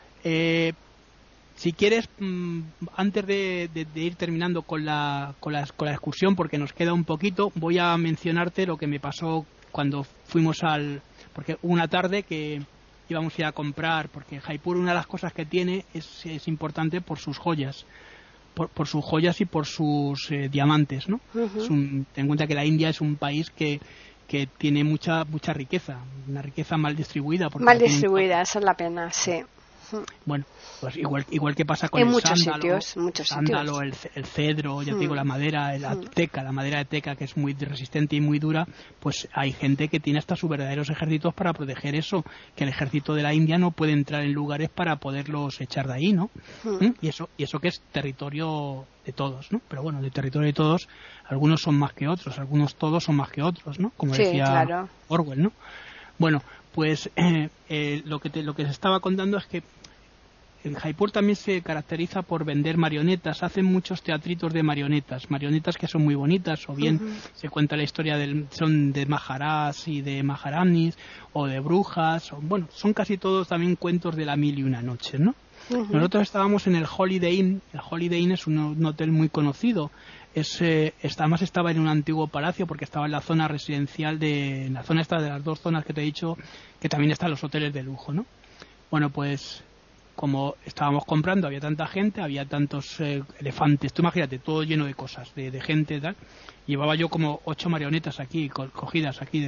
[SPEAKER 3] si quieres, antes de ir terminando con la excursión, porque nos queda un poquito, voy a mencionarte lo que me pasó cuando fuimos porque una tarde que íbamos a ir a comprar, porque Jaipur, una de las cosas que tiene es importante por sus joyas, por sus joyas y por sus diamantes, ¿no? Uh-huh. Ten en cuenta que la India es un país que tiene mucha riqueza, una riqueza mal distribuida.
[SPEAKER 1] Mal distribuida, esa es la pena, sí.
[SPEAKER 3] Bueno, pues igual que pasa con el
[SPEAKER 1] sándalo,
[SPEAKER 3] el cedro, ya te digo, la madera, la madera de teca, que es muy resistente y muy dura, pues hay gente que tiene hasta sus verdaderos ejércitos para proteger eso, que el ejército de la India no puede entrar en lugares para poderlos echar de ahí, ¿no? Y eso que es territorio de todos, ¿no? Pero bueno, de territorio de todos, algunos son más que otros, todos son más que otros, ¿no? Como decía Orwell, ¿no? Bueno, pues lo que se estaba contando es que en Jaipur también se caracteriza por vender marionetas. Hacen muchos teatritos de marionetas que son muy bonitas, o bien se cuenta la historia son de maharás y de maharanis, o de brujas, bueno, son casi todos también cuentos de la 1001 noches, ¿no? Nosotros estábamos en el Holiday Inn. El Holiday Inn es un hotel muy conocido. Además estaba en un antiguo palacio, porque estaba en la zona residencial en la zona esta de las dos zonas que te he dicho, que también están los hoteles de lujo, ¿no? Bueno, pues como estábamos comprando, había tanta gente, había tantos elefantes, tú imagínate, todo lleno de cosas, de gente y tal. Llevaba yo como 8 marionetas aquí, cogidas aquí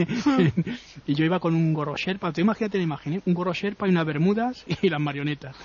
[SPEAKER 3] y yo iba con un gorro sherpa. Tú imagínate, un gorro sherpa y unas bermudas y las marionetas.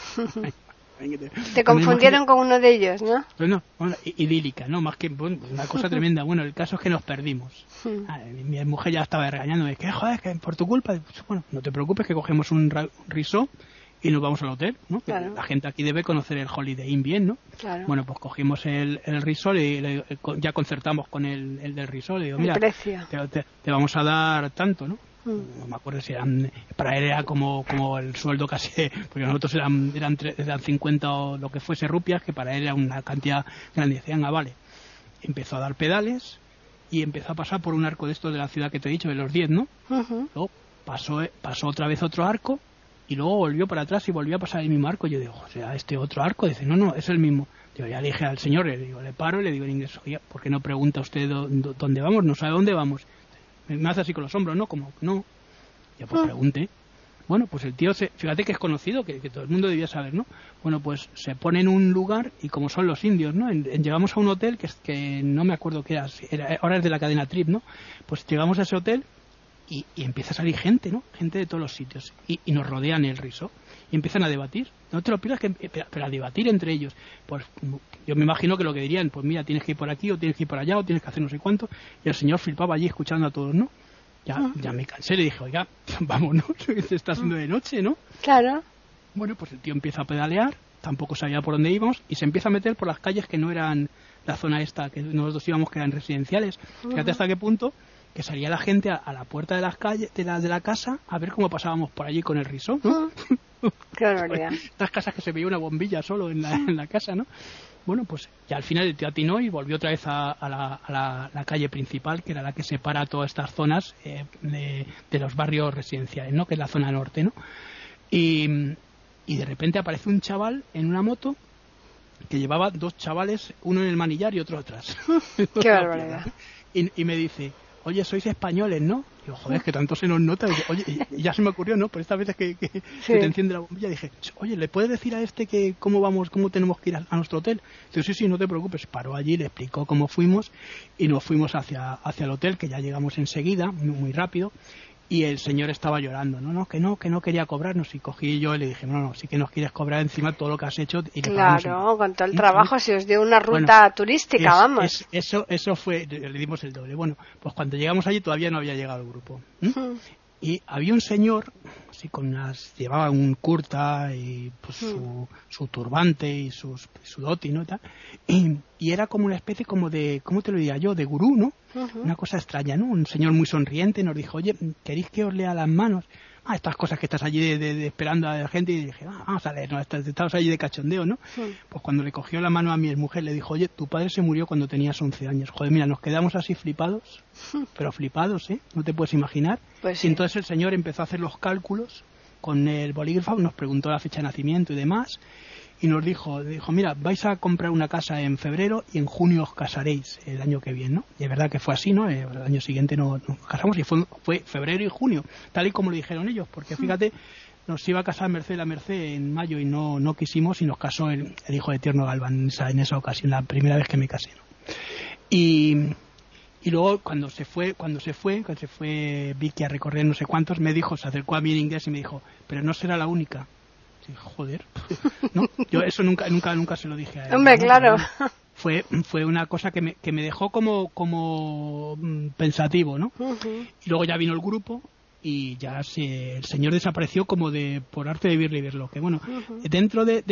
[SPEAKER 1] Te confundieron con uno de ellos, ¿no?
[SPEAKER 3] Bueno, idílica, ¿no? Más que una cosa tremenda. Bueno, el caso es que nos perdimos. Mi mujer ya estaba regañándome, que joder, que por tu culpa. Bueno, no te preocupes, que cogemos un risó y nos vamos al hotel, ¿no? Claro. La gente aquí debe conocer el Holiday Inn bien, ¿no? Claro. Bueno, pues cogimos el resort y ya concertamos con el del resort. Y digo, mira, te vamos a dar tanto, ¿no? No me acuerdo si para él era como el sueldo casi, porque nosotros eran 50 o lo que fuese rupias, que para él era una cantidad grande. Decían, vale. Empezó a dar pedales y empezó a pasar por un arco de estos de la ciudad que te he dicho, de los 10, ¿no? Luego pasó otra vez otro arco y luego volvió para atrás y volvió a pasar el mismo arco. Yo digo, o sea, este otro arco. Dice, no, es el mismo. Yo ya le dije al señor, le paro y le digo en inglés, oye, ¿por qué no pregunta usted dónde vamos? No sabe dónde vamos. Me hace así con los hombros, ¿no? Como, no. Ya pues pregunté. Bueno, pues el tío, fíjate que es conocido, que todo el mundo debía saber, ¿no? Bueno, pues se pone en un lugar, y como son los indios, ¿no? Llegamos a un hotel que no me acuerdo qué era, ahora es de la cadena Trip, ¿no? Pues llegamos a ese hotel y empieza a salir gente, ¿no? Gente de todos los sitios. Y nos rodean el riso. Y empiezan a debatir. No te lo pierdas, pero a debatir entre ellos. Pues yo me imagino que lo que dirían, pues mira, tienes que ir por aquí, o tienes que ir por allá, o tienes que hacer no sé cuánto. Y el señor flipaba allí escuchando a todos, ¿no? Ya me cansé, le dije, oiga, vámonos, que se está haciendo de noche, ¿no?
[SPEAKER 1] Claro.
[SPEAKER 3] Bueno, pues el tío empieza a pedalear, tampoco sabía por dónde íbamos, y se empieza a meter por las calles que no eran la zona esta, que nosotros íbamos, que eran residenciales. Fíjate hasta qué punto que salía la gente a la puerta de las calles, de la casa, a ver cómo pasábamos por allí con el riso, ¿no?
[SPEAKER 1] Qué barbaridad.
[SPEAKER 3] Estas casas que se veía una bombilla solo en la casa, ¿no? Bueno, pues ya al final el tío atinó y volvió otra vez a la calle principal, que era la que separa todas estas zonas de los barrios residenciales, ¿no? Que es la zona norte, ¿no? Y de repente aparece un chaval en una moto que llevaba 2 chavales, uno en el manillar y otro atrás.
[SPEAKER 1] Qué barbaridad.
[SPEAKER 3] Y me dice, oye, sois españoles, ¿no? Digo, joder, que tanto se nos nota. Digo, oye, y ya se me ocurrió, ¿no? Por esta vez que te enciende la bombilla, dije, oye, ¿le puedes decir a este que cómo tenemos que ir a nuestro hotel? Digo, sí, no te preocupes. Paró allí, le explicó cómo fuimos y nos fuimos hacia el hotel, que ya llegamos enseguida, muy rápido. Y el señor estaba llorando, que no quería cobrarnos. Y cogí yo y le dije, no, sí que nos quieres cobrar encima todo lo que has hecho. Y
[SPEAKER 1] claro, con todo el trabajo, si os dio una ruta turística, vamos.
[SPEAKER 3] Eso fue, le dimos el doble. Bueno, pues cuando llegamos allí todavía no había llegado el grupo. Y había un señor, así llevaba un kurta y pues su turbante y su dhoti, ¿no? Y era como una especie como de, ¿cómo te lo diría yo? De gurú, ¿no? Una cosa extraña, ¿no? Un señor muy sonriente nos dijo, oye, ¿queréis que os lea las manos? Estas cosas que estás allí de esperando a la gente, y dije, vamos a leer, ¿no? Estamos allí de cachondeo, ¿no? Pues cuando le cogió la mano a mi mujer, le dijo, oye, tu padre se murió cuando tenías 11 años. Joder, mira, nos quedamos así flipados, pero flipados, ¿eh? No te puedes imaginar.
[SPEAKER 1] Pues
[SPEAKER 3] y entonces el señor empezó a hacer los cálculos con el bolígrafo, nos preguntó la fecha de nacimiento y demás, y nos dijo, mira, vais a comprar una casa en febrero y en junio os casaréis el año que viene, ¿no? Y es verdad que fue así, ¿no? El año siguiente nos casamos y fue febrero y junio, tal y como lo dijeron ellos, porque fíjate, nos iba a casar la Merced en mayo y no quisimos, y nos casó el hijo de Tierno Galván en esa ocasión, la primera vez que me casé, ¿no? Y luego cuando se fue Vicky a recorrer no sé cuántos, me dijo, se acercó a mí en inglés y me dijo, pero no será la única. Joder, no, yo eso nunca se lo dije a él.
[SPEAKER 1] Hombre,
[SPEAKER 3] ¿no?
[SPEAKER 1] claro.
[SPEAKER 3] Fue una cosa que me dejó como pensativo, ¿no? Y luego ya vino el grupo y ya el señor desapareció como por arte de verlo. Que bueno, dentro de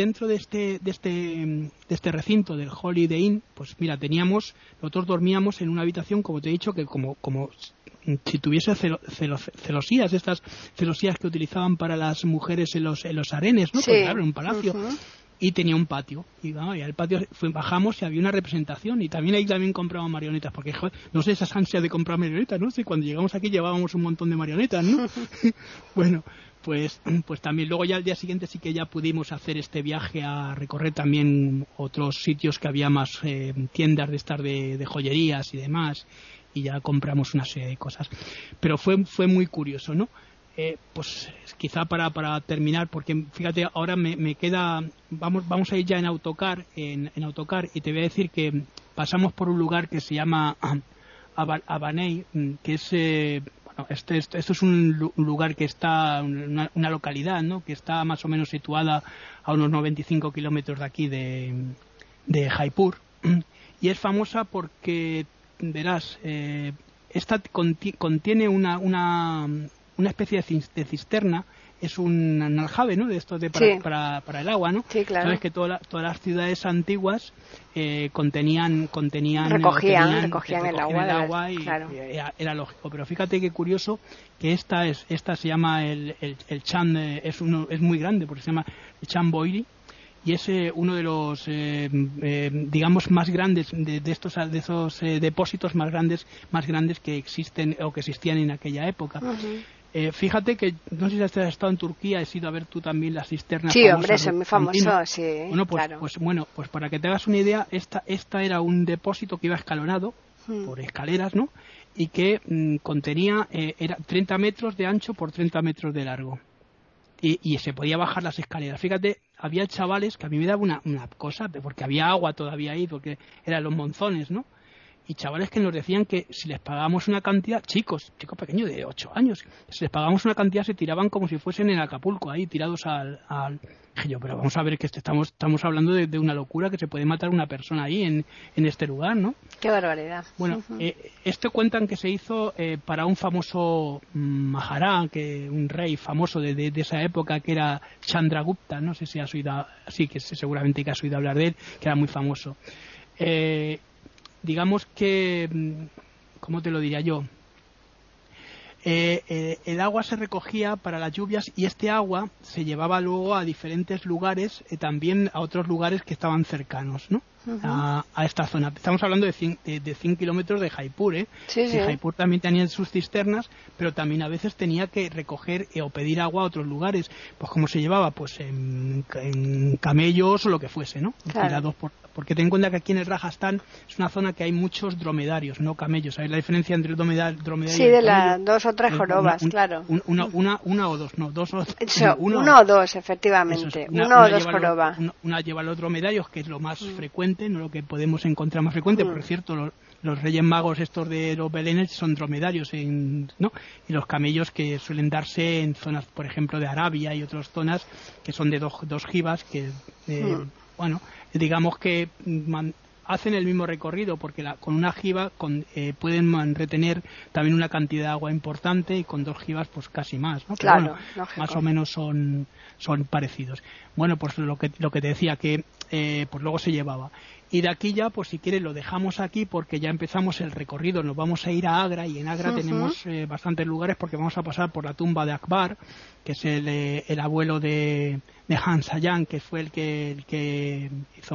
[SPEAKER 3] este recinto del Holiday Inn, pues mira, nosotros dormíamos en una habitación, como te he dicho, que como si tuviese celosías, estas celosías que utilizaban para las mujeres en los harenes, ¿no?
[SPEAKER 1] Sí.
[SPEAKER 3] Pues claro, en un palacio. Y tenía un patio. Y al patio bajamos y había una representación. Y también ahí compramos marionetas. Porque, joder, no sé, esas ansias de comprar marionetas, ¿no? Si cuando llegamos aquí llevábamos un montón de marionetas, ¿no? Bueno, pues también luego ya al día siguiente sí que ya pudimos hacer este viaje a recorrer también otros sitios que había más tiendas de estas de joyerías y demás. Y ya compramos una serie de cosas. Pero fue muy curioso, ¿no? Pues quizá para terminar, porque fíjate, ahora me queda, vamos a ir ya en autocar, y te voy a decir que pasamos por un lugar que se llama Abaney, que es esto es un lugar que está, una localidad, ¿no? Que está más o menos situada a unos 95 kilómetros de aquí de Jaipur, y es famosa porque verás, esta contiene una especie de cisterna, es un aljave, ¿no? De estos para el agua, ¿no?
[SPEAKER 1] Sí, claro.
[SPEAKER 3] Sabes que todas las ciudades antiguas recogían
[SPEAKER 1] el agua
[SPEAKER 3] y
[SPEAKER 1] claro.
[SPEAKER 3] Era lógico. Pero fíjate qué curioso que esta se llama el Chand, es muy grande porque se llama el Chand Boiri. Y es uno de los digamos más grandes de esos depósitos más grandes que existen o que existían en aquella época. Fíjate que no sé si has estado en Turquía, has ido a ver tú también las cisternas.
[SPEAKER 1] Sí, hombre, eso es muy famoso, sí.
[SPEAKER 3] Bueno,
[SPEAKER 1] claro.
[SPEAKER 3] pues para que te hagas una idea, esta era un depósito que iba escalonado por escaleras, ¿no? Y que contenía era 30 metros de ancho por 30 metros de largo. Y se podía bajar las escaleras. Fíjate, había chavales que a mí me daba una cosa, porque había agua todavía ahí, porque eran los monzones, ¿no? Y chavales que nos decían que si les pagábamos una cantidad, chicos pequeños de 8 años, si les pagábamos una cantidad se tiraban como si fuesen en Acapulco, ahí tirados al... Dije yo, pero vamos a ver que estamos hablando de una locura, que se puede matar una persona ahí en este lugar, ¿no?
[SPEAKER 1] Qué barbaridad.
[SPEAKER 3] Bueno, esto cuentan que se hizo para un famoso Mahará, un rey famoso de esa época, que era Chandragupta, no sé si has oído, sí, que seguramente que has oído hablar de él, que era muy famoso. Digamos que, ¿cómo te lo diría yo? El agua se recogía para las lluvias y este agua se llevaba luego a diferentes lugares, también a otros lugares que estaban cercanos, ¿no? A esta zona. Estamos hablando de 100 kilómetros de Jaipur, ¿eh?
[SPEAKER 1] Sí.
[SPEAKER 3] Jaipur también tenía sus cisternas, pero también a veces tenía que recoger o pedir agua a otros lugares. Pues ¿cómo se llevaba? Pues en camellos o lo que fuese, ¿no?
[SPEAKER 1] Claro.
[SPEAKER 3] Porque ten en cuenta que aquí en el Rajastán es una zona que hay muchos dromedarios, no camellos. ¿Sabes la diferencia entre el dromedario
[SPEAKER 1] sí,
[SPEAKER 3] y el
[SPEAKER 1] de
[SPEAKER 3] camello?
[SPEAKER 1] las 2 o 3 jorobas, claro.
[SPEAKER 3] Una o dos, no, dos o
[SPEAKER 1] uno o dos, efectivamente. Una o dos jorobas.
[SPEAKER 3] Una lleva los dromedarios, que es lo más frecuente, no lo que podemos encontrar más frecuente. Por cierto, los Reyes Magos estos de los belenes son dromedarios, ¿no? Y los camellos que suelen darse en zonas, por ejemplo, de Arabia y otras zonas que son de dos jibas que, bueno, digamos que hacen el mismo recorrido, porque con una jiba pueden retener también una cantidad de agua importante, y con 2 jibas pues casi más, ¿no?
[SPEAKER 1] Claro,
[SPEAKER 3] pero bueno, más o menos son parecidos. Bueno, pues lo que te decía, que pues luego se llevaba. Y de aquí ya, pues si quieres lo dejamos aquí porque ya empezamos el recorrido, nos vamos a ir a Agra, y en Agra tenemos bastantes lugares porque vamos a pasar por la tumba de Akbar, que es el abuelo de Hansayan, que fue el que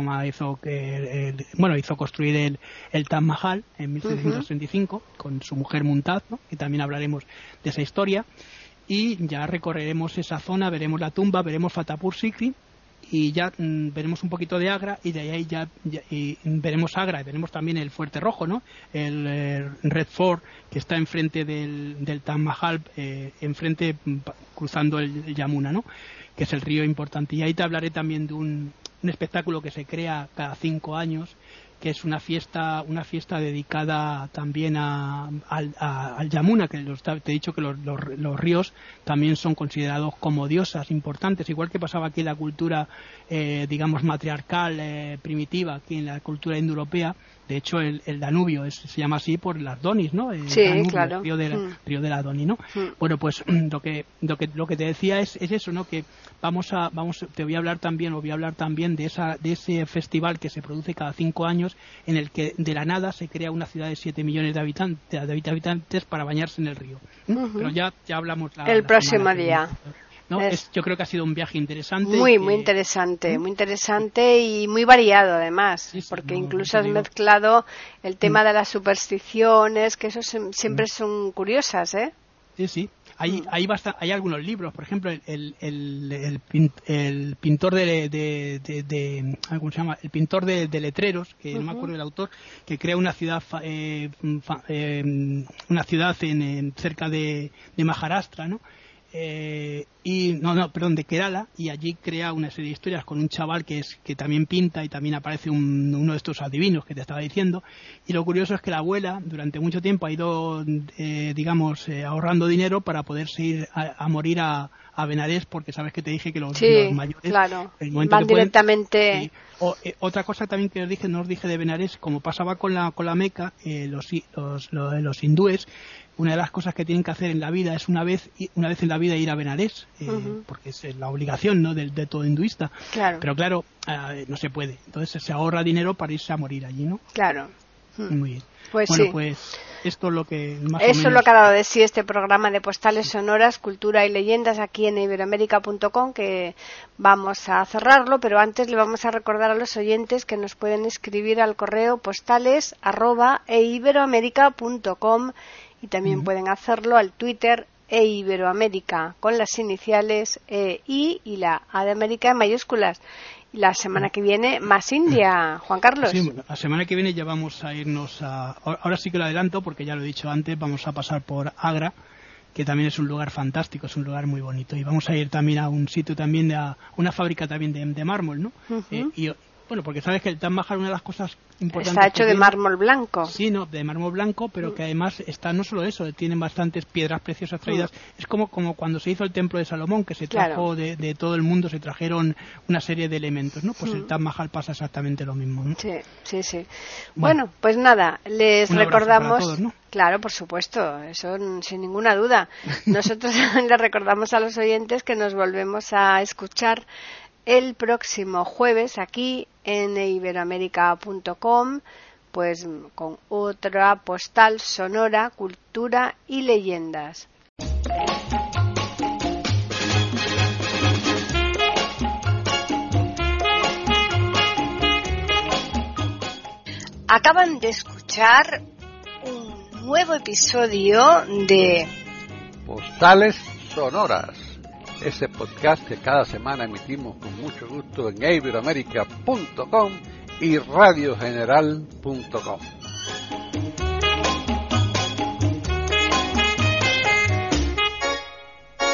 [SPEAKER 3] hizo construir el Taj Mahal en 1735 con su mujer Mumtaz, ¿no? Y también hablaremos de esa historia, y ya recorreremos esa zona, veremos la tumba, veremos Fatehpur Sikri, y ya veremos un poquito de Agra, y de ahí ya veremos Agra, y veremos también el Fuerte Rojo, ¿no? El Red Fort, que está enfrente del Taj Mahal, enfrente, cruzando el Yamuna, ¿no? Que es el río importante. Y ahí te hablaré también de un espectáculo que se crea cada 5 años, que es una fiesta dedicada también al Yamuna, que te he dicho que los ríos también son considerados como diosas importantes, igual que pasaba aquí en la cultura digamos matriarcal primitiva, aquí en la cultura indoeuropea. De hecho el Danubio se llama así por las Donis, ¿no? Danubio,
[SPEAKER 1] claro.
[SPEAKER 3] Río de la Doni, ¿no? Bueno, pues lo que te decía es eso, ¿no? Que te voy a hablar también de ese festival que se produce cada 5 años, en el que de la nada se crea una ciudad de 7 millones de habitantes para bañarse en el río. Pero ya hablamos
[SPEAKER 1] el próximo día.
[SPEAKER 3] ¿No? Yo creo que ha sido un viaje interesante.
[SPEAKER 1] Muy interesante y muy variado además, porque incluso has mezclado el tema de las supersticiones, que eso siempre son curiosas, ¿eh?
[SPEAKER 3] Sí. Hay algunos libros, por ejemplo, el pintor ¿cómo se llama? El pintor de letreros, que no me acuerdo del autor, que crea una ciudad cerca de Maharashtra, ¿no? De Kerala, y allí crea una serie de historias con un chaval que también pinta, y también aparece uno de estos adivinos que te estaba diciendo. Y lo curioso es que la abuela durante mucho tiempo ha ido ahorrando dinero para poderse ir a morir a Benarés, porque sabes que te dije que los mayores
[SPEAKER 1] van directamente.
[SPEAKER 3] Otra cosa también que no os dije de Benarés, como pasaba con la Meca, los hindúes, una de las cosas que tienen que hacer en la vida es una vez en la vida ir a Benarés, porque es la obligación, ¿no? de todo hinduista.
[SPEAKER 1] Claro.
[SPEAKER 3] Pero claro, no se puede. Entonces se ahorra dinero para irse a morir allí, ¿no?
[SPEAKER 1] Claro.
[SPEAKER 3] Muy bien.
[SPEAKER 1] Pues
[SPEAKER 3] pues esto es lo que
[SPEAKER 1] Eso es lo que ha dado de sí este programa de Postales Sonoras, Cultura y Leyendas aquí en iberoamerica.com, que vamos a cerrarlo, pero antes le vamos a recordar a los oyentes que nos pueden escribir al correo postales@iberoamerica.com, y también pueden hacerlo al Twitter iberoamerica con las iniciales I y la A de América en mayúsculas. La semana que viene más India, Juan Carlos.
[SPEAKER 3] Sí, la semana que viene ya vamos a irnos ahora sí que lo adelanto porque ya lo he dicho antes, vamos a pasar por Agra, que también es un lugar fantástico, es un lugar muy bonito, y vamos a ir también a un sitio también a una fábrica también de mármol, ¿no? Bueno, porque sabes que el Taj Mahal, una de las cosas importantes...
[SPEAKER 1] Está hecho de mármol blanco.
[SPEAKER 3] Sí, de mármol blanco, pero que además está no solo eso, tienen bastantes piedras preciosas traídas. Es como cuando se hizo el templo de Salomón, que se trajo de todo el mundo, se trajeron una serie de elementos, ¿no? Pues el Taj Mahal pasa exactamente lo mismo, ¿no?
[SPEAKER 1] Sí. Bueno, pues nada, les recordamos...
[SPEAKER 3] Para todos, ¿no?
[SPEAKER 1] Claro, por supuesto, eso sin ninguna duda. Nosotros les recordamos a los oyentes que nos volvemos a escuchar el próximo jueves aquí en iberoamerica.com, pues con otra postal sonora, cultura y leyendas. Acaban de escuchar un nuevo episodio de
[SPEAKER 2] Postales Sonoras, ese podcast que cada semana emitimos con mucho gusto en iberoamerica.com y radiogeneral.com.